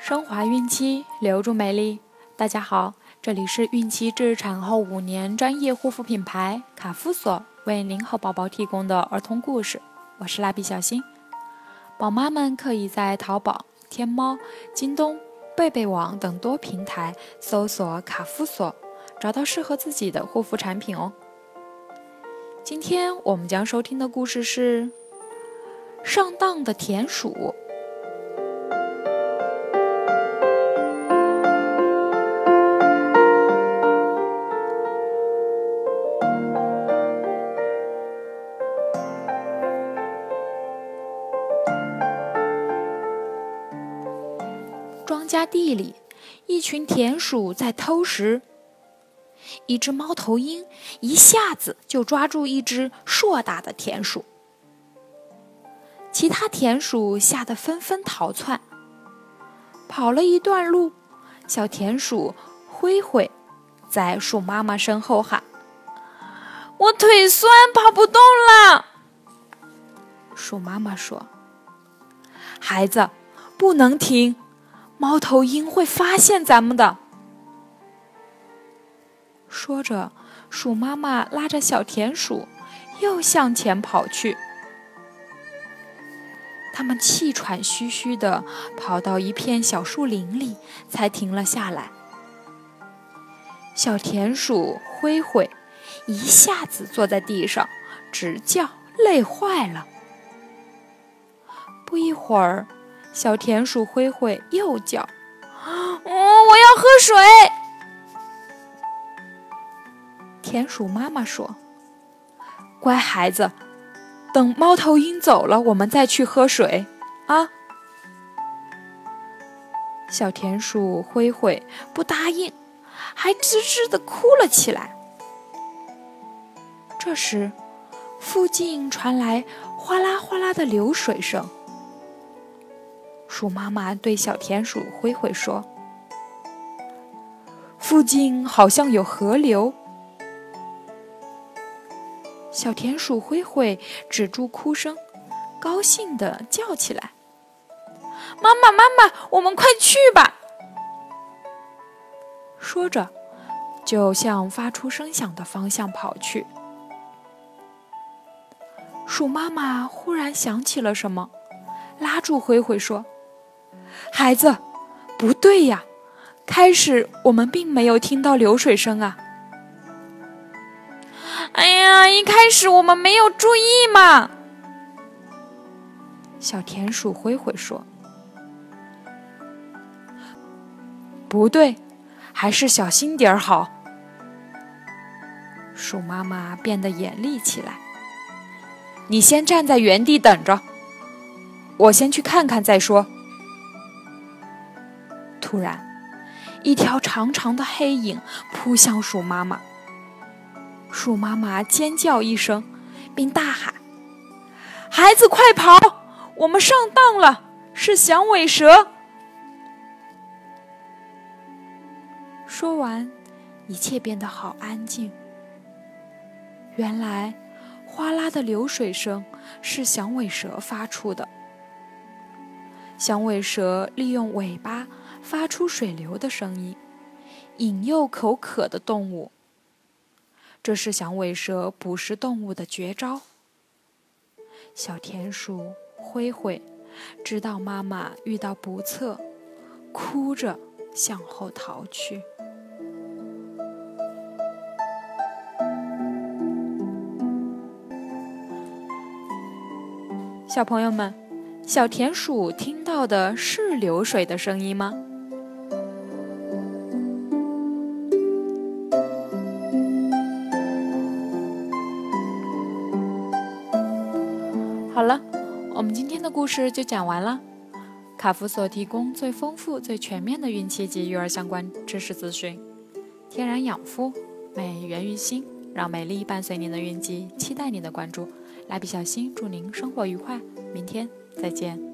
升华孕期，留住美丽。大家好，这里是孕期至产后5年专业护肤品牌卡夫索为您和宝宝提供的儿童故事，我是蜡笔小新。宝妈们可以在淘宝、天猫、京东、贝贝网等多平台搜索卡夫索，找到适合自己的护肤产品哦。今天我们将收听的故事是上当的田鼠。庄稼地里，一群田鼠在偷食。一只猫头鹰一下子就抓住一只硕大的田鼠，其他田鼠吓得纷纷逃窜。跑了一段路，小田鼠灰灰在鼠妈妈身后喊：“我腿酸，跑不动了。”鼠妈妈说：“孩子，不能停，猫头鹰会发现咱们的。”说着，鼠妈妈拉着小田鼠又向前跑去。他们气喘吁吁地跑到一片小树林里，才停了下来。小田鼠灰灰一下子坐在地上，直叫，累坏了。不一会儿，小田鼠灰灰又叫：“我要喝水！”田鼠妈妈说：“乖孩子，等猫头鹰走了，我们再去喝水啊。”小田鼠灰灰不答应，还吱吱地哭了起来。这时，附近传来哗啦哗啦的流水声。鼠妈妈对小田鼠灰灰说：“附近好像有河流。”小田鼠灰灰止住哭声，高兴地叫起来：“妈妈，妈妈，我们快去吧！”说着，就向发出声响的方向跑去。鼠妈妈忽然想起了什么，拉住灰灰说：“孩子，不对呀，开始我们并没有听到流水声啊。”“哎呀，一开始我们没有注意嘛。”小田鼠灰灰说。“不对，还是小心点好。”鼠妈妈变得严厉起来。“你先站在原地等着，我先去看看再说。”突然，一条长长的黑影扑向鼠妈妈。鼠妈妈尖叫一声，并大喊：“孩子，快跑！我们上当了，是响尾蛇！”说完，一切变得好安静。原来，哗啦的流水声是响尾蛇发出的。响尾蛇利用尾巴发出水流的声音，引诱口渴的动物。这是响尾蛇捕食动物的绝招。小田鼠灰灰知道妈妈遇到不测，哭着向后逃去。小朋友们，小田鼠听到的是流水的声音吗？好了，我们今天的故事就讲完了。卡夫索提供最丰富、最全面的孕期及育儿相关知识资讯。天然养肤，美源于心，让美丽伴随您的孕期，期待您的关注。蜡笔小新祝您生活愉快，明天再见。